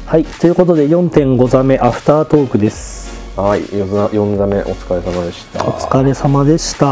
はい、ということで 4.5 座目アフタートークです。 はい、4座目お疲れ様でした。 お疲れ様でした。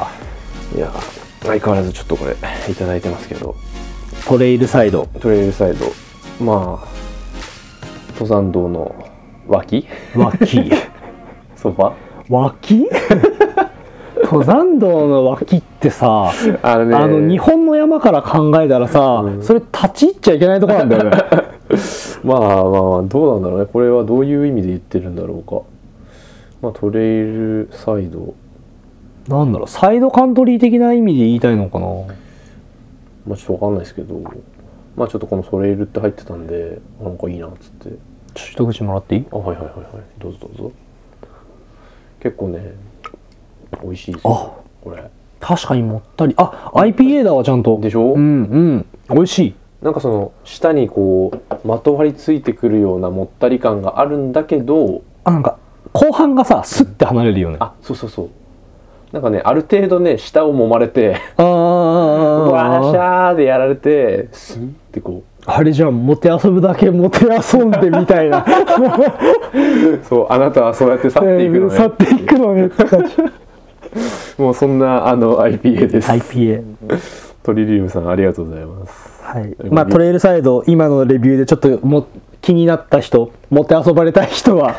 いや、相変わらずちょっとこれいただいてますけど、 トレイルサイド、 まあ登山道の脇そば脇登山道の脇ってさ、日本の山から考えたらさ、それ立ち入っちゃいけないとこなんだよね。 まあどうなんだろうね。これはどういう意味で言ってるんだろうか。まあトレイルサイドなんだろう、サイドカントリー的な意味で言いたいのかな。 まあちょっとわかんないですけど、まあちょっとこのトレイルって入ってたんで、なんかいいなっつって。 ちょっと一口もらっていい？ はい、どうぞ。結構ね美味しいですよこれ。 確かにもったり、IPA だわちゃんと。 でしょ？ 美味しい。 なんかその舌にこうまとわりついてくるようなもったり感があるんだけど、 なんか後半がさスッて離れるよね。 そうなんかね、ある程度ね舌を揉まれてワーシャーでやられてスンってこう、 あれじゃん、もて遊ぶだけもて遊んでみたいな。 そう、あなたはそうやって去っていくのね、 去っていくのねもうそんなIPA です。 IPA トリリウムさんありがとうございます。 はい、まあトレイルサイド今のレビューでちょっと気になった人、もて遊ばれたい人は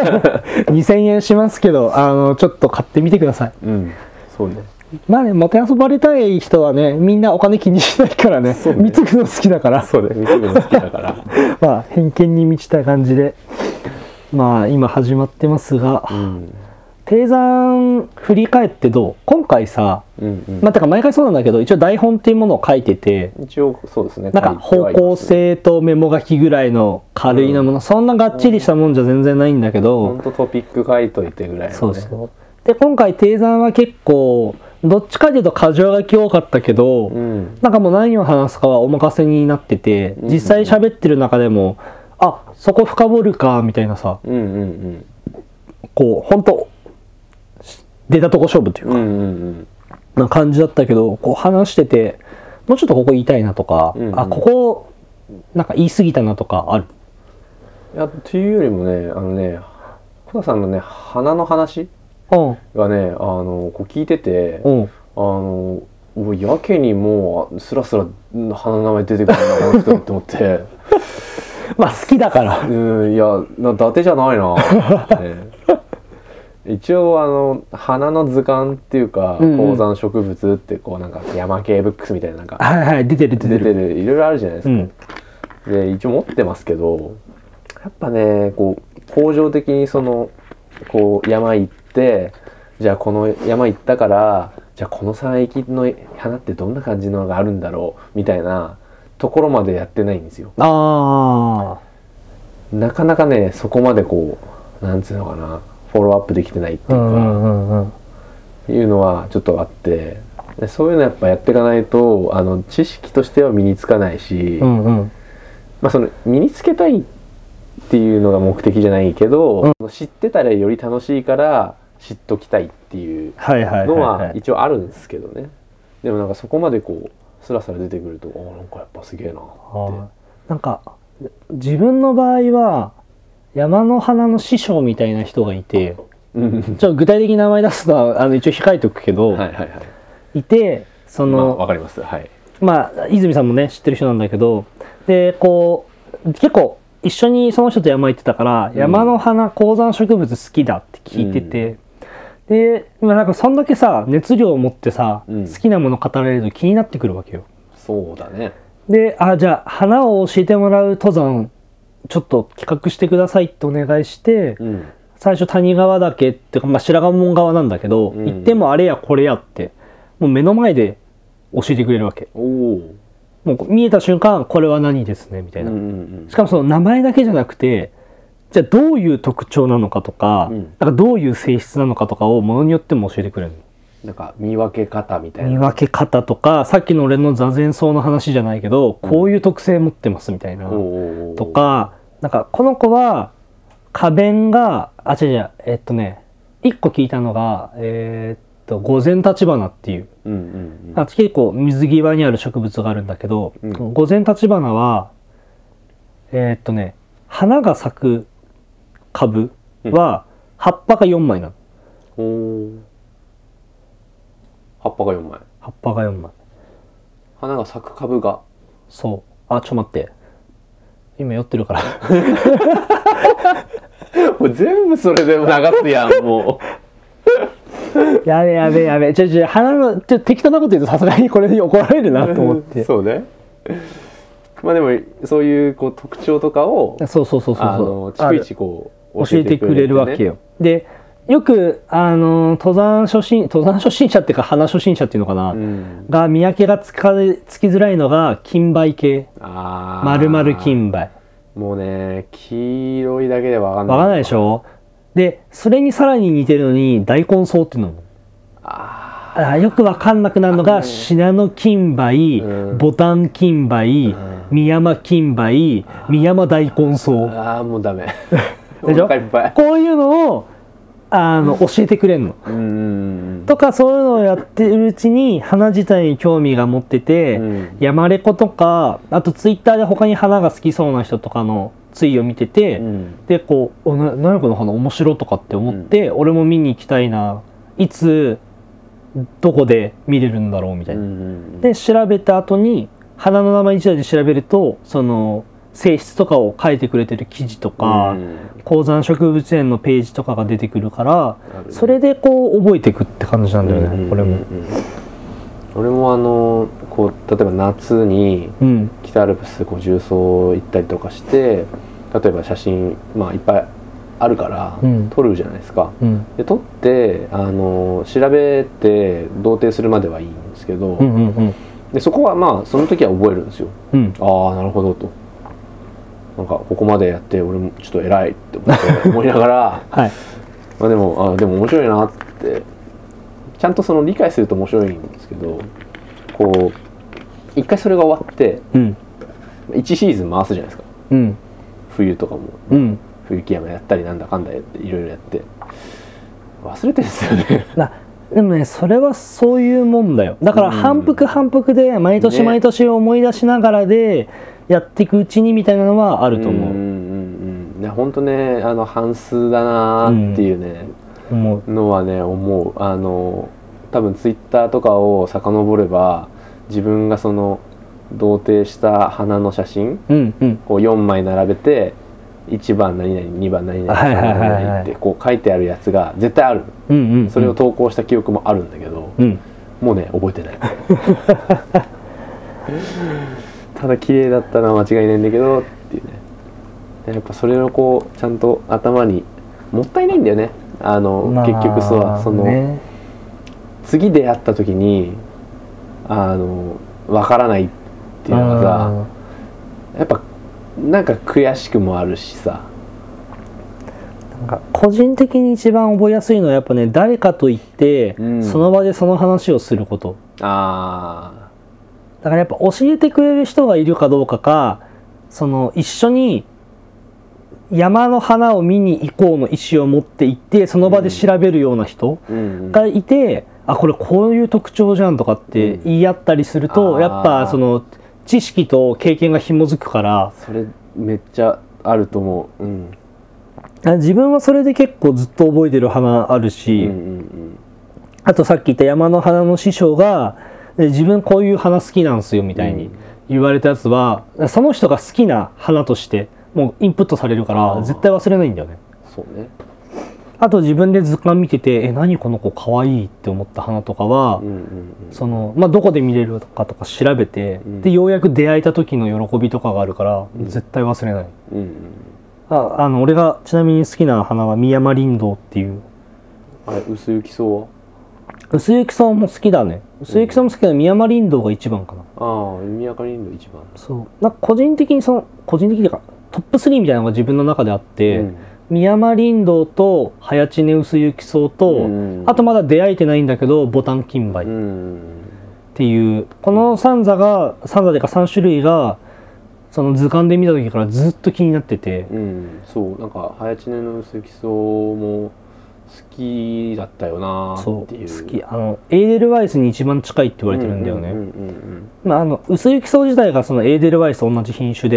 2000円しますけど、ちょっと買ってみてください。 そうね。 まあね、もて遊ばれたい人はね、みんなお金気にしないからね、貢ぐの好きだから。 そうね、貢ぐの好きだからまあ偏見に満ちた感じで、まあ今始まってますが、低山振り返ってどう？今回さ、まあてか毎回そうなんだけど、一応台本っていうものを書いてて、 一応そうですね、 なんか方向性とメモ書きぐらいの軽いなもの、そんながっちりしたもんじゃ全然ないんだけど、 ほんとトピック書いといてぐらいのね。 そうで今回低山は結構どっちかというと箇条書き多かったけど、なんかもう何を話すかはお任せになってて、実際喋ってる中でもそこ深掘るかみたいなさ、こう本当出たとこ勝負というか、な感じだったけど、こう話しててもうちょっとここ言いたいなとか、ここなんか言い過ぎたなとかある？ いや、っていうよりもね、小田さんのね鼻の話がね、こう聞いてて、やけにもうスラスラ鼻の名前出てくるなこの人って思って。 まあ好きだから。 いや、伊達じゃないなって一応花の図鑑っていうか、高山植物ってこうなんか山系ブックスみたいな、なんか出てるいろいろあるじゃないですか。で一応持ってますけど、やっぱねこう恒常的にこう山行って、じゃあこの山行ったから、じゃあこの山域の花ってどんな感じのがあるんだろうみたいなところまでやってないんですよ。なかなかねそこまでこうなんつうのかな、フォローアップできてないっていうか、いうのはちょっとあって、そういうのやっぱやっていかないと知識としては身につかないし、まあその身につけたいっていうのが目的じゃないけど、知ってたらより楽しいから知っときたいっていうのは一応あるんですけどね。でもなんかそこまでこうスラスラ出てくると、なんかやっぱすげえなって。 なんか自分の場合は山の花の師匠みたいな人がいて、ちょっと具体的に名前出すのは一応控えておくけど、いて、 わかります。 まあ泉さんもね知ってる人なんだけど、でこう結構一緒にその人と山行ってたから、山の花高山植物好きだって聞いてて、でなんかそんだけさ熱量を持ってさ、好きなもの語られると気になってくるわけよ。 そうだね。でじゃあ花を教えてもらう登山ちょっと企画してくださいってお願いして、最初谷川岳っていうか、白川門側なんだけど、行ってもあれやこれやってもう目の前で教えてくれるわけ。もう見えた瞬間これは何ですねみたいな。しかもその名前だけじゃなくて、じゃあどういう特徴なのかとか、なんかどういう性質なのかとかをものによっても教えてくれる。 なんか見分け方みたいな。 見分け方とか、さっきの俺の座禅層の話じゃないけど、こういう特性持ってますみたいなとか、なんかこの子は花弁が一個聞いたのが御前立花っていう、結構水際にある植物があるんだけど、御前立花は花が咲く株は葉っぱが4枚なの。 葉っぱが4枚。 葉っぱが4枚。 花が咲く株が。 そう。あ、ちょっと待って。今酔ってるから。 もう全部それで流すやん、もう。やべ。花の適当なこと言うとさすがにこれに怒られるなと思って。 そうね。まあでもそういうこう特徴とかをそう逐一こう教えてくれるわけよ。でよく登山初心者っていうか花初心者っていうのかな、が見分けがつきづらいのが金梅系。丸々金梅。 もうね黄色いだけで分かんない。 分かんないでしょ。でそれにさらに似てるのに大根草っていうのも。よく分かんなくなるのが信濃金梅、ボタン金梅、三山金梅、三山大根草。 もうダメ。 でしょ。こういうのを教えてくれんの。とかそういうのをやってるうちに花自体に興味が持ってて、山レコとかあとツイッターで他に花が好きそうな人とかのツイを見てて、でこう何この花面白とかって思って、俺も見に行きたいな、いつどこで見れるんだろうみたいな。で調べた後に花の名前一台で調べるとその性質とかを書いてくれてる記事とか、高山植物園のページとかが出てくるから、それでこう覚えていくって感じなんだよね、これも。 俺もこう例えば夏に北アルプスこう縦走行ったりとかして、例えば写真いっぱいあるから撮るじゃないですか。で撮って調べて同定するまではいいんですけど、でそこはその時は覚えるんですよ。ああなるほどと。なんかここまでやって俺もちょっと偉いって思いながら、でも面白いなってちゃんとその理解すると面白いんですけど、こう一回それが終わって、1シーズン回すじゃないですか。冬とかも、冬木山やったりなんだかんだやっていろいろやって忘れてるんですよね。 でもねそれはそういうもんだよ。だから反復で毎年毎年思い出しながらでやっていくうちにみたいなのはあると思う。 本当ね半数だなっていうね、のはね思う。多分ツイッターとかを遡れば自分がその同定した花の写真、こう4枚並べて1番何々2番何々3番何々ってこう書いてあるやつが絶対ある。それを投稿した記憶もあるんだけど、もうね覚えてない。ただ綺麗だったのは間違いないんだけどっていうね。やっぱそれをこうちゃんと頭にもったいないんだよね。結局その次出会った時にわからないっていうのがさ、やっぱなんか悔しくもあるしさ。 なんか個人的に一番覚えやすいのはやっぱね、誰かといって、その場でその話をすること。だからやっぱ教えてくれる人がいるかどうかか、その一緒に山の花を見に行こうの意思を持って行ってその場で調べるような人がいて、あ、これこういう特徴じゃんとかって言い合ったりすると、やっぱその知識と経験が紐づくから。 それめっちゃあると思う。 自分はそれで結構ずっと覚えてる花あるし、あとさっき言った山の花の師匠が自分こういう花好きなんですよみたいに言われたやつは、その人が好きな花としてもうインプットされるから絶対忘れないんだよね。 そうね。 あと自分で図鑑見てて、何この子かわいいって思った花とかは、そのどこで見れるかとか調べて、でようやく出会えた時の喜びとかがあるから、絶対忘れない。俺がちなみに好きな花は三山林道っていう。 あれ薄雪草は？ 薄雪草も好きだね。薄雪草も好きだけど三山林道が一番かな。 三山林道一番。 そう。個人的に個人的にかトップ3みたいなのが自分の中であって、三山林道と早知根薄雪草と、あとまだ出会えてないんだけどボタン金梅っていう、この3座でか3種類がその図鑑で見た時からずっと気になってて、 そうなんか早知根の薄雪草も好きだったよなっていう。 そう好き。エーデルワイスに一番近いって言われてるんだよね。薄雪草自体がそのエーデルワイスと同じ品種で、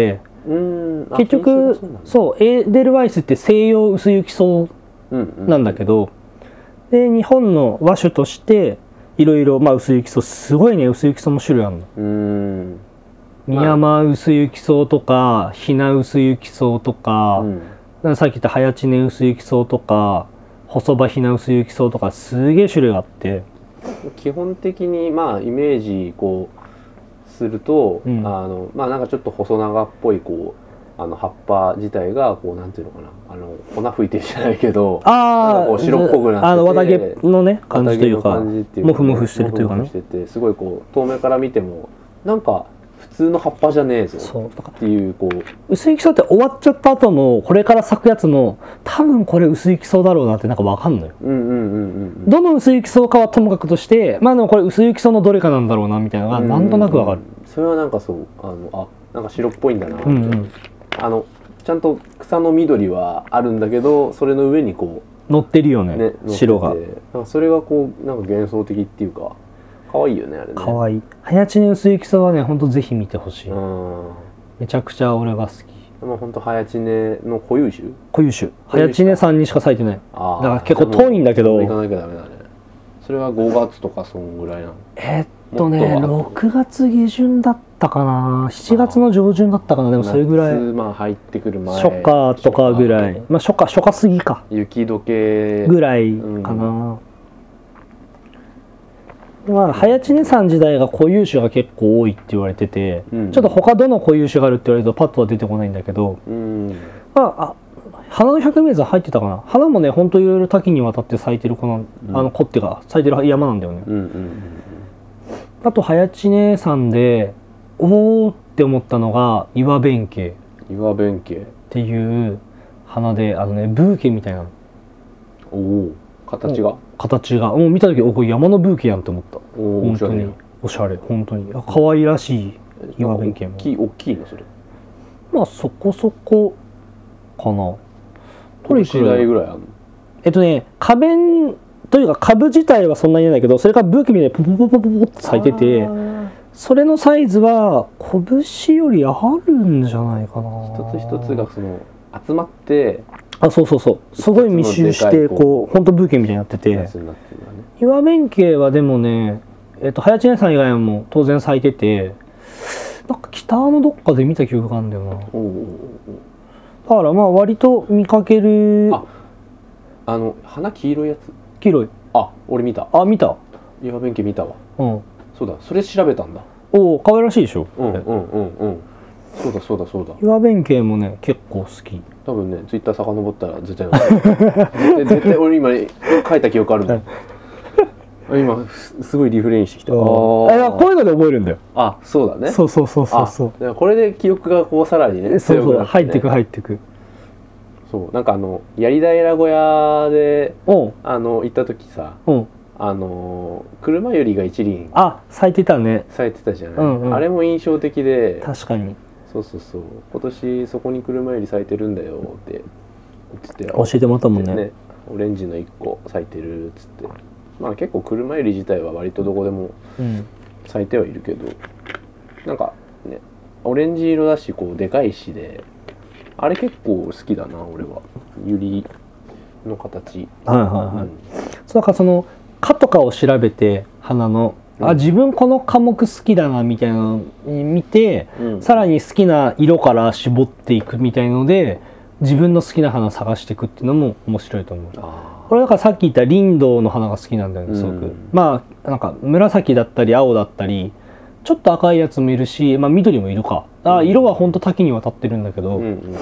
結局そうエーデルワイスって西洋薄雪草なんだけど、で日本の和種としていろいろ薄雪草すごいね、薄雪草も種類あるの。ミヤマ薄雪草とかひな薄雪草とか、さっき言った早知根薄雪草とか細葉ひな薄雪草とかすげえ種類があって、 基本的にイメージすると、なんかちょっと細長っぽい葉っぱ自体がなんていうのかな、粉吹いてるじゃないけど、白っぽくなってて、 綿毛のね感じというか、モフモフしてるというかね、 すごい遠目から見てもなんか普通の葉っぱじゃねえぞっていう薄雪草って終わっちゃった後のこれから咲くやつも多分これ薄雪草だろうなってなんか分かんのよ。どの薄雪草かはともかくとして、でもこれ薄雪草のどれかなんだろうなみたいなのがなんとなく分かる。 それはなんかなんか白っぽいんだなって、ちゃんと草の緑はあるんだけど、それの上に乗ってるよね、白が。 それがなんか幻想的っていうか可愛いよね、あれね。 可愛い。早知根薄雪草はね、ほんとぜひ見てほしい。めちゃくちゃ俺が好き。 ほんと早知根の固有種？ 固有種。早知根さんにしか咲いてない。だから結構遠いんだけど。 行かなきゃダメだね。それは5月とかそんぐらいなの ？6月下旬だったかな、7月の上旬だったかな、でもそれぐらい。 入ってくる前。 初夏とかぐらい。初夏過ぎか。 雪解けぐらいかな。早知根さん時代が固有種が結構多いって言われてて、ちょっと他どの固有種があるって言われるとパッとは出てこないんだけど、花の百名山入ってたかな。花もね、ほんといろいろ多岐にわたって咲いてる子っていうか咲いてる山なんだよね。あと早知根山でおーって思ったのが岩弁慶っていう花で、ブーケみたいなの。形がもう見た時これ山のブーケやんって思った。本当におしゃれ、本当に可愛らしい岩弁慶も。 大きいのそれ？ そこそこかな。 拳大ぐらいあるの？花弁というか株自体はそんなにないけど、それからブーケみたいにポポポポポポって咲いてて、それのサイズは拳よりあるんじゃないかな。 一つ一つが集まって、 そうすごい密集してほんとブーケみたいになってて、岩弁慶はでもね、早知根さん以外も当然咲いてて、なんか北のどっかで見た記憶があるんだよな。だから割と見かける。 花黄色いやつ？ 黄色い。 俺見た。 見た？ 岩弁慶見たわ。そうだ、それ調べたんだ。 可愛らしいでしょ。 そうだ。 岩弁慶もね結構好き。 多分ね、ツイッター遡ったら絶対俺今書いた記憶あるもん。今すごいリフレインしてきた。 こういうので覚えるんだよ。 そうだね。 そうこれで記憶がさらにね強くなってね。 入ってく。 そう、なんか槍平小屋で行った時さ、車よりが一輪咲いてたね。 咲いてたじゃない。あれも印象的で。 確かに。 そう今年そこに車より咲いてるんだよって言って教えてもらったもんね。 オレンジの1個咲いてるっつって、結構車より自体は割とどこでも咲いてはいるけど、なんかねオレンジ色だしでかいしで、あれ結構好きだな俺は。ユリの形。 そうか、科とかを調べて花の自分この科目好きだなみたいなのに見て、さらに好きな色から絞っていくみたいので自分の好きな花を探していくっていうのも面白いと思う。これだからさっき言ったリンドウの花が好きなんだよね、すごく。なんか紫だったり青だったりちょっと赤いやつもいるし、緑もいるか。色はほんと多岐にわたってるんだけど、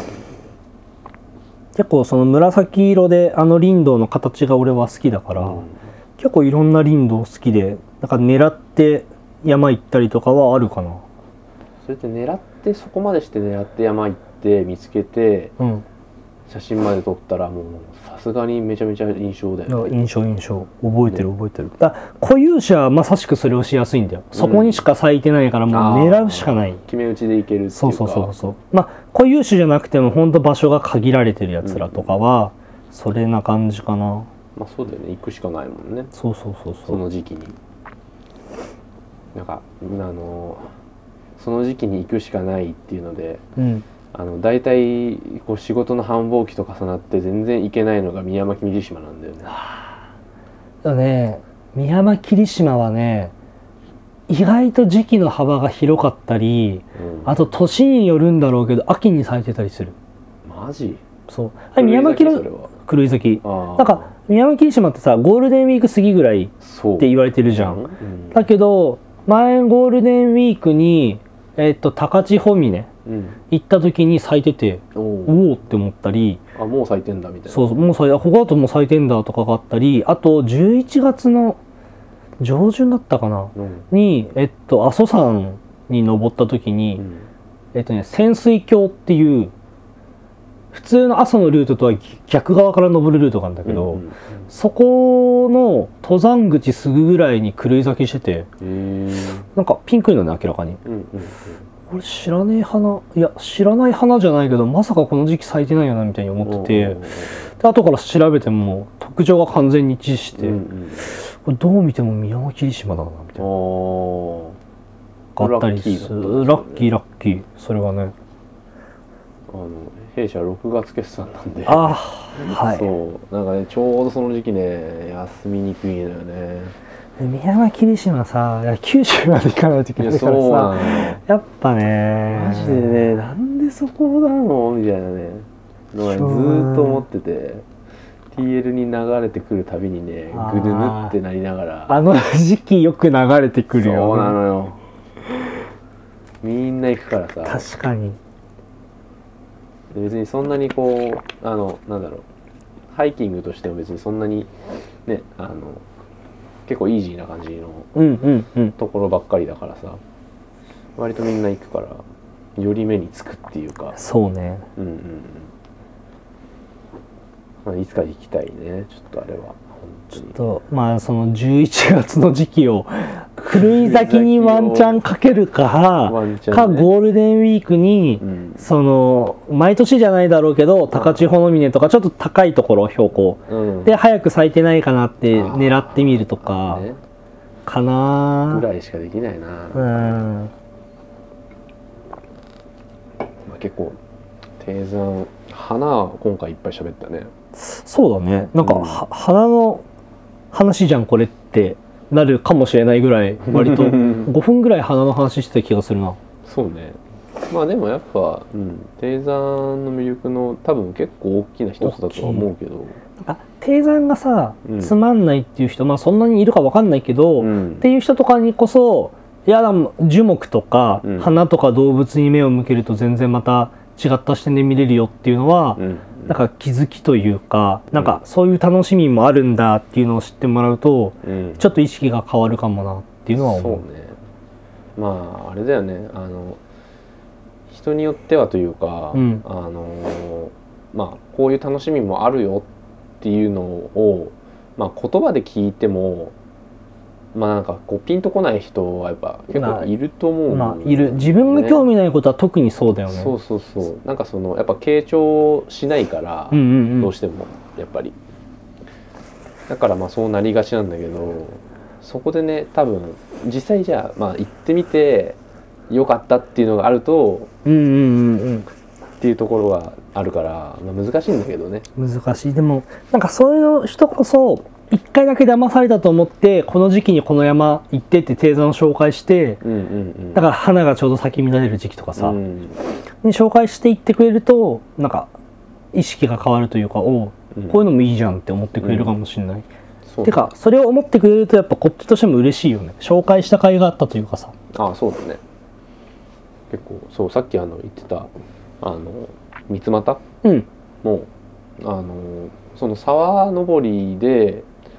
結構その紫色でリンドウの形が俺は好きだから、結構いろんなリンドウ好きで、なんか狙って山行ったりとかはあるかな。 それってそこまでして狙って山行って見つけて、写真まで撮ったらもうさすがにめちゃめちゃ印象だよね。 印象覚えてる。固有種はまさしくそれをしやすいんだよ。そこにしか咲いてないからもう狙うしかない。 決め打ちでいけるっていうか。 そう固有種じゃなくても本当場所が限られてるやつらとかはそれな感じかな。 そうだよね、行くしかないもんね。その時期になんかその時期に行くしかないっていうので、 大体こう仕事の繁忙期と重なって全然行けないのが宮間霧島なんだよね。 だね、宮間霧島はね意外と時期の幅が広かったり、あと年によるんだろうけど秋に咲いてたりする。 マジ？ そう。宮間霧島狂い咲き。なんか宮間霧島ってさゴールデンウィーク過ぎぐらいって言われてるじゃん。だけど前ゴールデンウィークに高千穂峰行った時に咲いてて、おおって思ったり、 もう咲いてんだみたいな。 そうもうここだともう咲いてんだとかがあったり、あと11月の上旬だったかな、に阿蘇山に登った時に、潜水峡っていう普通の阿蘇のルートとは逆側から登るルートがあるんだけど、そこの登山口すぐぐらいに狂い咲きしてて、なんかピンクいのね明らかに。これ知らねえ花、いや知らない花じゃないけどまさかこの時期咲いてないよなみたいに思ってて、で後から調べても特徴が完全に一致して、これどう見ても宮間霧島だなみたいながあったりする。ラッキーそれはね。 弊社6月決算なんで、 はい、 そうなんかねちょうどその時期ね休みにくいのよね。 宮間霧島さ九州まで行かないといけないからさ、やっぱねマジでねなんでそこなのみたいなねのずーっと思ってて、TL に流れてくるたびにねぐぬぬってなりながら、 あの時期よく流れてくるよね。 そうなのよ。みんな行くからさ。 確かに。 別にそんなにこうなんだろう、ハイキングとしても別にそんなにね結構イージーな感じのところばっかりだからさ、割とみんな行くからより目につくっていうか。 そうね。 いつか行きたいね。ちょっとあれは本当にちょっとまあその11月の時期を狂い咲きにワンチャンかけるか、ゴールデンウィークに、その毎年じゃないだろうけど高千穂峰とかちょっと高いところ標高、で早く咲いてないかなって狙ってみるとかかなぐらいしかできないな。結構低山花は今回いっぱい喋ったね。 そうだね。なんか、花の話じゃんこれってなるかもしれないぐらい割と5分ぐらい花の話してた気がするな。 そうね。まあでもやっぱ、低山の魅力の多分結構大きな一つだとは思うけど、 低山がさ、つまんないっていう人そんなにいるか分かんないけど、っていう人とかにこそ樹木とか、花とか動物に目を向けると全然また違った視点で見れるよっていうのは、なんか気づきというか、なんかそういう楽しみもあるんだっていうのを知ってもらうと、ちょっと意識が変わるかもなっていうのは思う。 そうね。まああれだよね。人によってはというか、まあこういう楽しみもあるよっていうのを、まあ言葉で聞いても。なんかこうピンとこない人はやっぱ結構いると思う、 いる。自分が興味ないことは特にそうだよね。 そうなんかやっぱ傾聴しないから、どうしてもやっぱりだからそうなりがちなんだけど、そこでね多分実際じゃあ行ってみてよかったっていうのがあるとっていうところがあるから、難しいんだけどね。難しい。でもなんかそういう人こそ一回だけ騙されたと思ってこの時期にこの山行ってって低山を紹介して、だから花がちょうど咲き乱れる時期とかさ、に紹介していってくれるとなんか意識が変わるというか、こういうのもいいじゃんって思ってくれるかもしれない。てかそれを思ってくれるとやっぱこっちとしても嬉しいよね。紹介した甲斐があったというかさ。 そうだね。結構そうさっき言ってた三俣もその沢登りで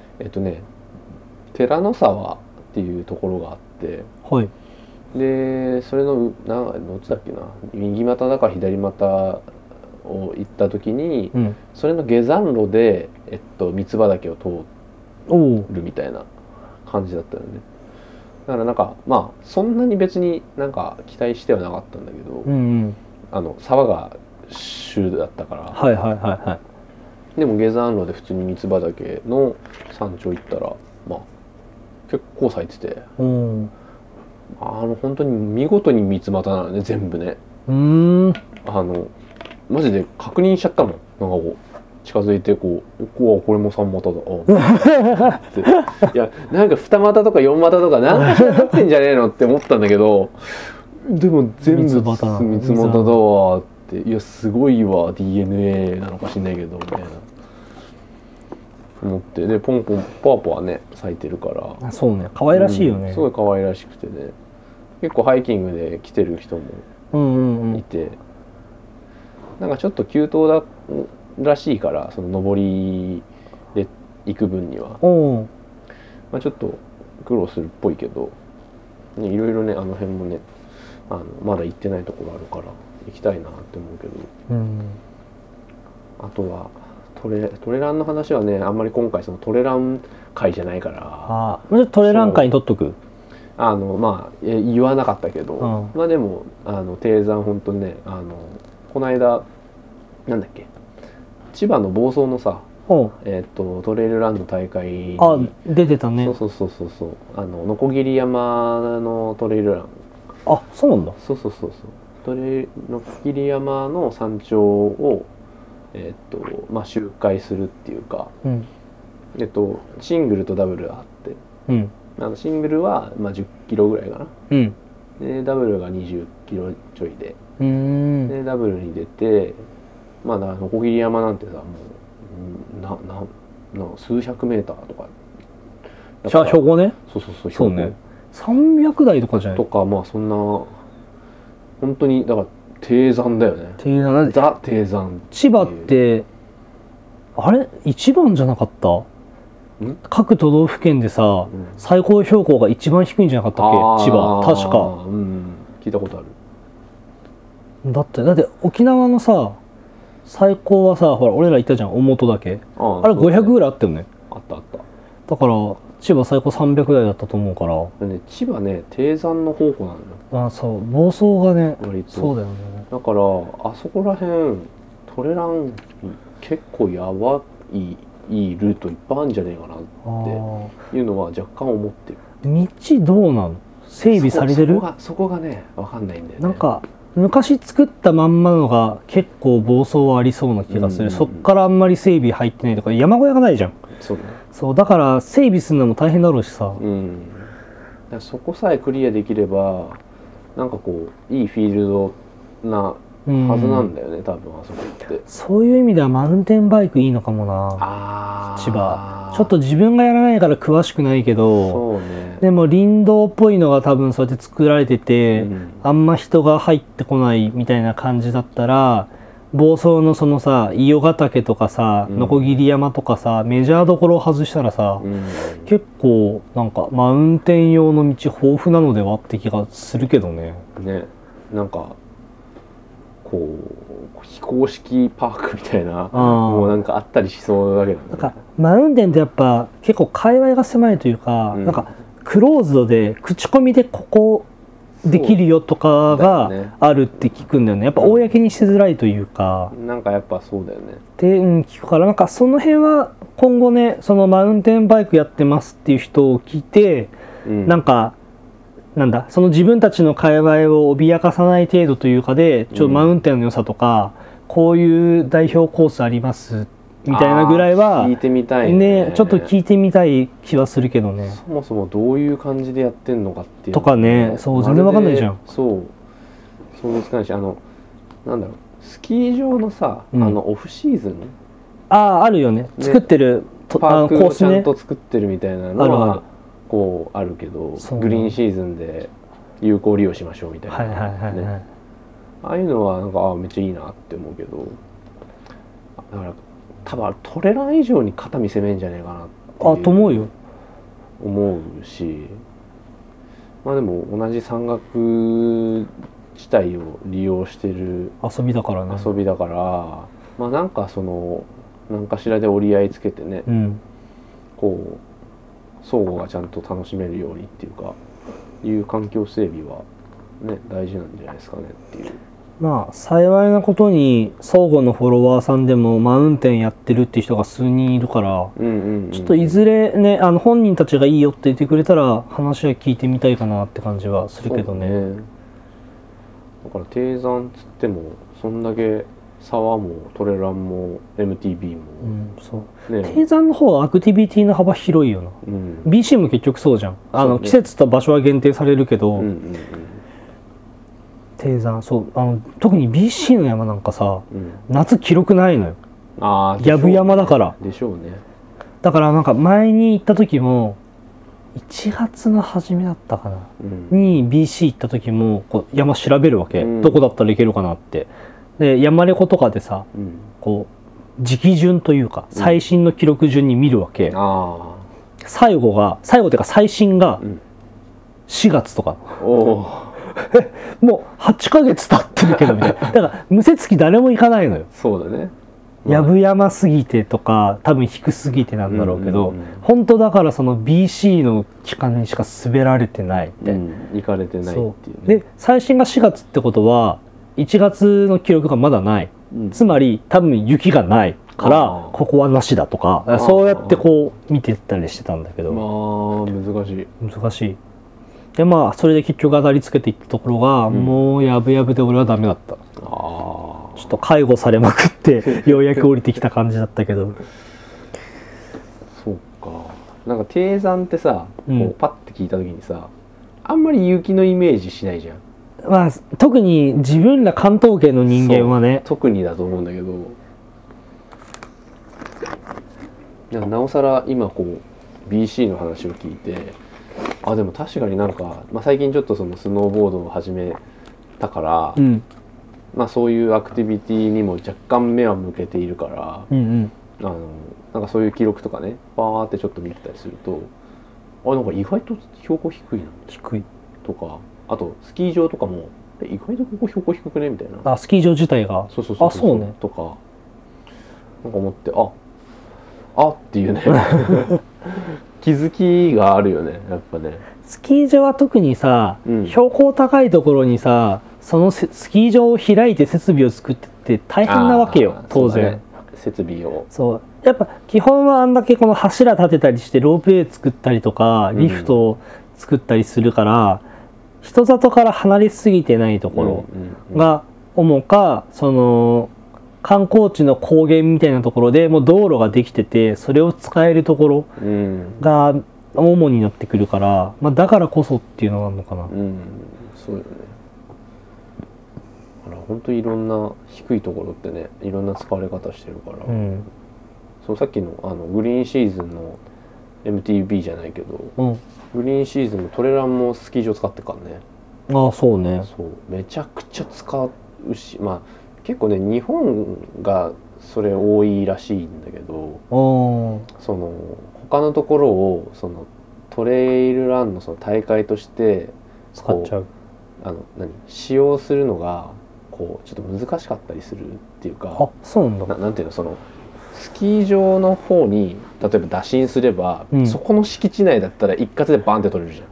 寺の沢っていうところがあって、でそれのどっちだっけな、右股だか左股を行った時に、それの下山路で三つ葉岳を通るみたいな感じだったよね。だからなんかそんなに別になんか期待してはなかったんだけど、沢が主だったから。でも下山路で普通に三つ葉岳の山頂行ったら結構咲いてて、本当に見事に三つ股なのね全部ね。 マジで確認しちゃったもん。なんかこう近づいてこれも3股だっていやなんか2股とか4股とかなんかしらなってんじゃねえのって思ったんだけど、でも全部三つ股だわって、いやすごいわ DNA なのかしんないけどみたいな思って、でポンポンパワポはね咲いてるから、 そうね、可愛らしいよね、 すごい可愛らしくてね、結構ハイキングで来てる人もいて、なんかちょっと急登だらしいから、その登りで行く分にはまあちょっと苦労するっぽいけど、ね、いろいろねあの辺もねまだ行ってないところあるから行きたいなって思うけど、あとはトレランの話はねあんまり今回そのトレラン会じゃないから、 トレラン会に取っとく。 まあ言わなかったけど、まあでも低山本当にねこの間なんだっけ、千葉の房総のさトレイルランの大会に出てたね。 そう鋸山のトレイルラン。 そうなんだ。 そう鋸山の山頂をまあ周回するっていうか、シングルとダブルあって、シングルはまあ10キロぐらいかな、でダブルが20キロちょいで、でダブルに出て、まあ鋸山なんてさもう数百メーターとか、 標高ね。 そうね、 300台とかじゃないとか、まあそんな本当にだから低山だよね。ザ低山。 千葉ってあれ一番じゃなかった？各都道府県でさ、最高標高が一番低いんじゃなかったっけ？千葉確か。 聞いたことある。 だって沖縄のさ最高はさ、ほら俺ら行ったじゃん、尾本だけ。あれ500ぐらいあったよね。 あった。 だから千葉最高300台だったと思うから。 ね、千葉ね低山の宝庫なのよ。 そう房総がね割とそうだよね。 だからあそこら辺トレラン結構やばいルートいっぱいあるんじゃねえかなっていうのは若干思ってる。 道どうなの？整備されてる？ そこがね分かんないんだよね。 なんか昔作ったまんまのが結構房総はありそうな気がする。そっからあんまり整備入ってないとか、山小屋がないじゃん。そうだから整備するのも大変だろうしさ、 だからそこさえクリアできればなんかこういいフィールドなはずなんだよね、多分あそこって。そういう意味ではマウンテンバイクいいのかもな。千葉ちょっと自分がやらないから詳しくないけど、でも林道っぽいのが多分そうやって作られてて、あんま人が入ってこないみたいな感じだったら、房総のそのさ伊予ヶ岳とかさ鋸山とかさ、メジャーどころを外したらさ、結構なんかマウンテン用の道豊富なのではって気がするけどね。 なんかこう非公式パークみたいなもうなんかあったりしそうだけどね。 なんかマウンテンってやっぱ結構界隈が狭いというか、なんかクローズドで口コミでここできるよとかがあるって聞くんだよね。やっぱ公にしづらいというか、 なんかやっぱそうだよねって聞くから、なんかその辺は今後ね、そのマウンテンバイクやってますっていう人を聞いて、なんかなんだその自分たちの界隈を脅かさない程度というかで、マウンテンの良さとか、こういう代表コースありますみたいなぐらいは聞いてみたいね。 ちょっと聞いてみたい気はするけどね。 そもそもどういう感じでやってんのかっていうとかね、そう全然わかんないじゃん。 想像つかないし、なんだろう、スキー場のさ、オフシーズンあるよね、作ってるパークをちゃんと作ってるみたいなのはこうあるけど、グリーンシーズンで有効利用しましょうみたいなね、ああいうのはなんかめっちゃいいなって思うけど、だから多分トレラン以上に肩身攻めんじゃねえかなってと思うよ。 思うし、まあでも同じ山岳地帯を利用してる遊びだからね。 まあなんかその何かしらで折り合いつけてね、こう相互がちゃんと楽しめるようにっていうかいう環境整備はね大事なんじゃないですかねっていう。 まあ幸いなことに相互のフォロワーさんでもマウンテンやってるっていう人が数人いるから、ちょっといずれね本人たちがいいよって言ってくれたら話は聞いてみたいかなって感じはするけどね。 だから低山つってもそんだけ沢もトレランも MTB も、 そうね、低山の方はアクティビティの幅広いよな、BC も結局そうじゃん。季節と場所は限定されるけど、低山そう特に BC の山なんかさ、夏記録ないのよ。やぶ山だからでしょうね。 だからなんか前に行った時も1月の初めだったかな、に BC 行った時もこう山調べるわけ、どこだったら行けるかなって。で山レコとかでさ、こう時期順というか最新の記録順に見るわけ、最後っていうか最新が4月とかもう8ヶ月経ってるけどみたいな。だから無節期誰も行かないのよ。 そうだね。 やぶ山すぎてとか多分低すぎてなんだろうけど、本当だからその BC の期間にしか滑られてないって、 行かれてないっていうね。で最新が4月ってことは1月の記録がまだない、つまり多分雪がないからここはなしだとか、そうやってこう見てったりしてたんだけど、難しい。でまあそれで結局当たりつけていったところが、もうやぶやぶで俺はダメだった。ちょっと介護されまくってようやく降りてきた感じだったけどそうか。なんか低山ってさ、こうパッて聞いた時にさ、あんまり雪のイメージしないじゃん。 まあ特に自分ら関東圏の人間はね、 特にだと思うんだけど、なおさら今こう BC の話を聞いて、でも確かになんか、最近ちょっとそのスノーボードを始めたから、そういうアクティビティにも若干目は向けているから、なんかそういう記録とかねバーってちょっと見てたりすると、なんか意外と標高低いなとか、あとスキー場とかも意外とここ標高低くねみたいな。 スキー場自体がそうねとかなんか思って、っていうね気づきがあるよね、やっぱね。 スキー場は特にさ、標高高いところにさ、そのスキー場を開いて設備を作ってって大変なわけよ、当然。 設備を。 そうやっぱ基本はあんだけこの柱立てたりしてロープウェイ作ったりとかリフトを作ったりするから、人里から離れすぎてないところが主か、その観光地の高原みたいなところでもう道路ができてて、それを使えるところが主になってくるから、だからこそっていうのがあるのかな。 そうよね。本当にいろんな低いところってね、いろんな使われ方してるから、そうさっきのグリーンシーズンの MTB じゃないけど、グリーンシーズンのトレランもスキー場使ってるからね。 そうね。 そうめちゃくちゃ使うし、結構ね日本がそれ多いらしいんだけど、その他のところをそのトレイルランのその大会として使っちゃう、 使用するのがこうちょっと難しかったりするっていうか、 そうなんだ。 なんていうの、そのスキー場の方に例えば打診すれば、そこの敷地内だったら一括でバンって取れるじゃん。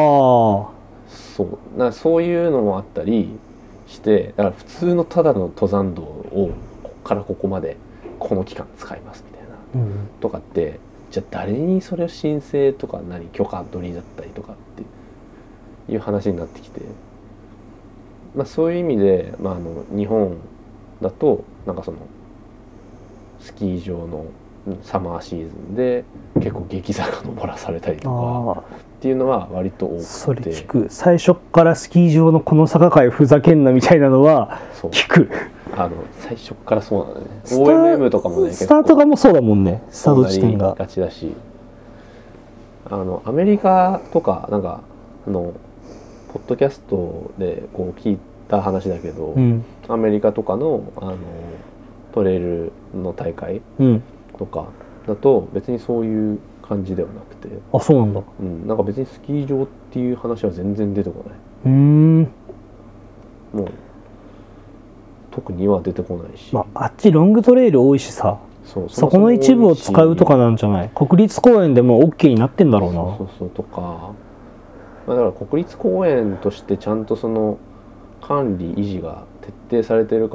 そういうのもあったりして、だから普通のただの登山道をここからここまでこの期間使いますみたいな、とかって、じゃあ誰にそれを申請とか許可取りだったりとかっていう話になってきて、そういう意味で、日本だとなんかそのスキー場のサマーシーズンで結構激坂登らされたりとかっていうのは割と多くて、 それ聞く。最初からスキー場のこの坂かいふざけんなみたいなのは聞く。 最初からそうなんだね。OMM とかもね、 スタートがもそうだもんね。スタート地点がガチだし、アメリカとかなんかポッドキャストでこう聞いた話だけど、アメリカとかのトレイルの大会とかだと別にそういう感じではなくて、 そうなんだ。 なんか別にスキー場っていう話は全然出てこない。もう特には出てこないし、 あっちロングトレイル多いしさ、そこの一部を使うとかなんじゃない？国立公園でも OK になってんだろうな。 とか、だから国立公園としてちゃんとその管理維持が徹底されてるから、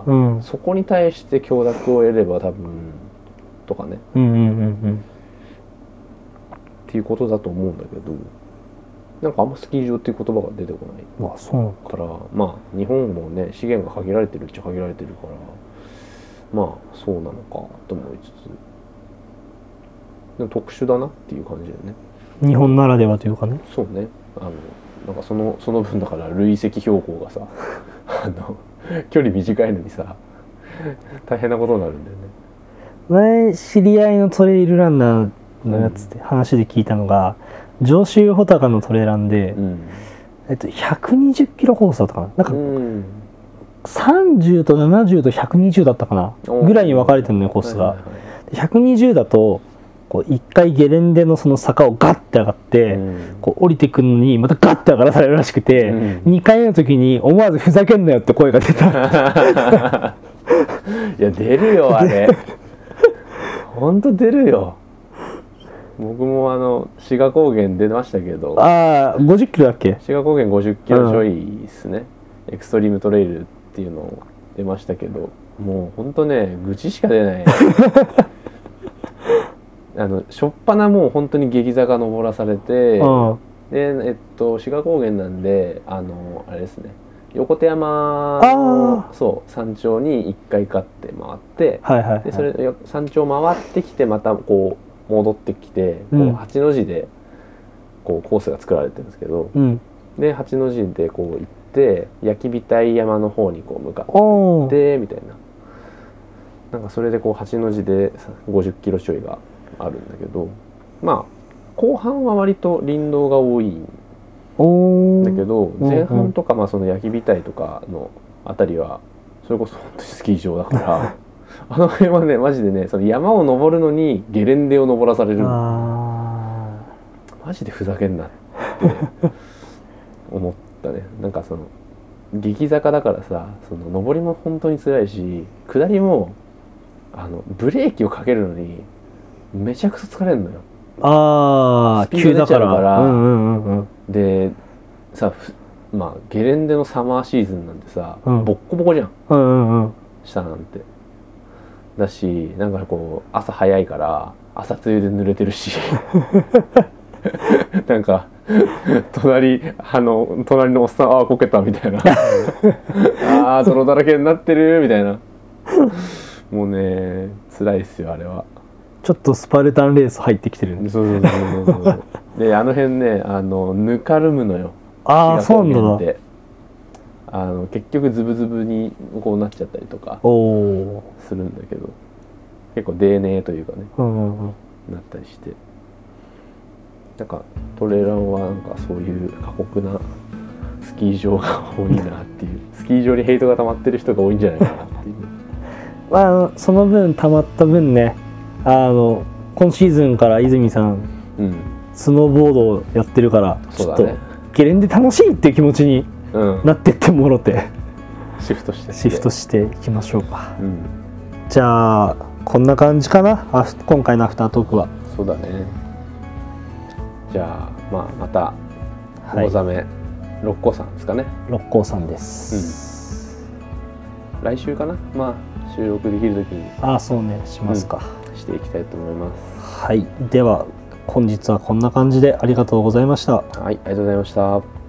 そこに対して許諾を得れば多分とかね、っていうことだと思うんだけど、 なんかあんまスキー場っていう言葉が出てこない。 そうからまあ日本もね資源が限られてるっちゃ限られてるから、まあそうなのかと思いつつ、でも特殊だなっていう感じだよね。 日本ならではというかね。 そうね。なんかその分だから累積標高がさ距離短いのにさ大変なことになるんだよね。 前知り合いのトレイルランナーのやつで話で聞いたのが、上州穂高のトレランで、120キロコースだったかな、なんか、30と70と120だったかなぐらいに分かれてるのよ、コースが。120だとこう1回ゲレンデのその坂をガッて上がって、こう降りてくるのにまたガッて上がらされるらしくて、2回目の時に思わずふざけんなよって声が出た。 いや出るよあれ。ほんと出るよ。僕も志賀高原出ましたけど、 50キロだっけ。 志賀高原50キロちょいですね、エクストリームトレイルっていうのを出ましたけど、もうほんとね愚痴しか出ない。しょっぱなもう本当に激坂登らされて、で志賀高原なんであれですね、横手山のそう山頂に1回勝って回って、でそれ山頂回ってきてまたこう戻ってきて、こう八の字でこうコースが作られてるんですけど、で八の字でこう行って焼額山の方にこう向かってみたいな、なんかそれでこう八の字で50キロちょいがあるんだけど、まあ後半は割と林道が多いんだけど、前半とかまあその焼額とかのあたりはそれこそ本当にスキー場だからあの辺はねマジでね、その山を登るのにゲレンデを登らされる、マジでふざけんなって思ったね。なんかその激坂だからさ、その上りも本当に辛いし、下りもブレーキをかけるのにめちゃくちゃ疲れるのよ。スピード出ちゃうから。でさ、まあゲレンデのサマーシーズンなんてさ、ボッコボコじゃん、下なんて。だし、なんかこう朝早いから朝露で濡れてるしなんか隣のおっさんこけたみたいな泥だらけになってるみたいな。もうね辛いですよあれは。 ちょっとスパルタンレース入ってきてるんで。 そうで辺ねぬかるむのよ。 そうなんだ。 結局ズブズブにこうなっちゃったりとかするんだけど、結構泥濘というかね、なったりして、なんかトレランはなんかそういう過酷なスキー場が多いなっていう、スキー場にヘイトが溜まってる人が多いんじゃないかなっていう。 その分溜まった分ね、今シーズンから泉さん、スノーボードをやってるから、ちょっとゲレンデ楽しいっていう気持ちになってってもろて、 シフトしていきましょうか。じゃあこんな感じかな、今回のアフタートークは。 そうだね。じゃあまた大ざめ六甲山ですかね。 六甲山です、 来週かな、収録できるときにそうね、しますか、 していきたいと思います。 はい、では本日はこんな感じでありがとうございました。 はい、ありがとうございました。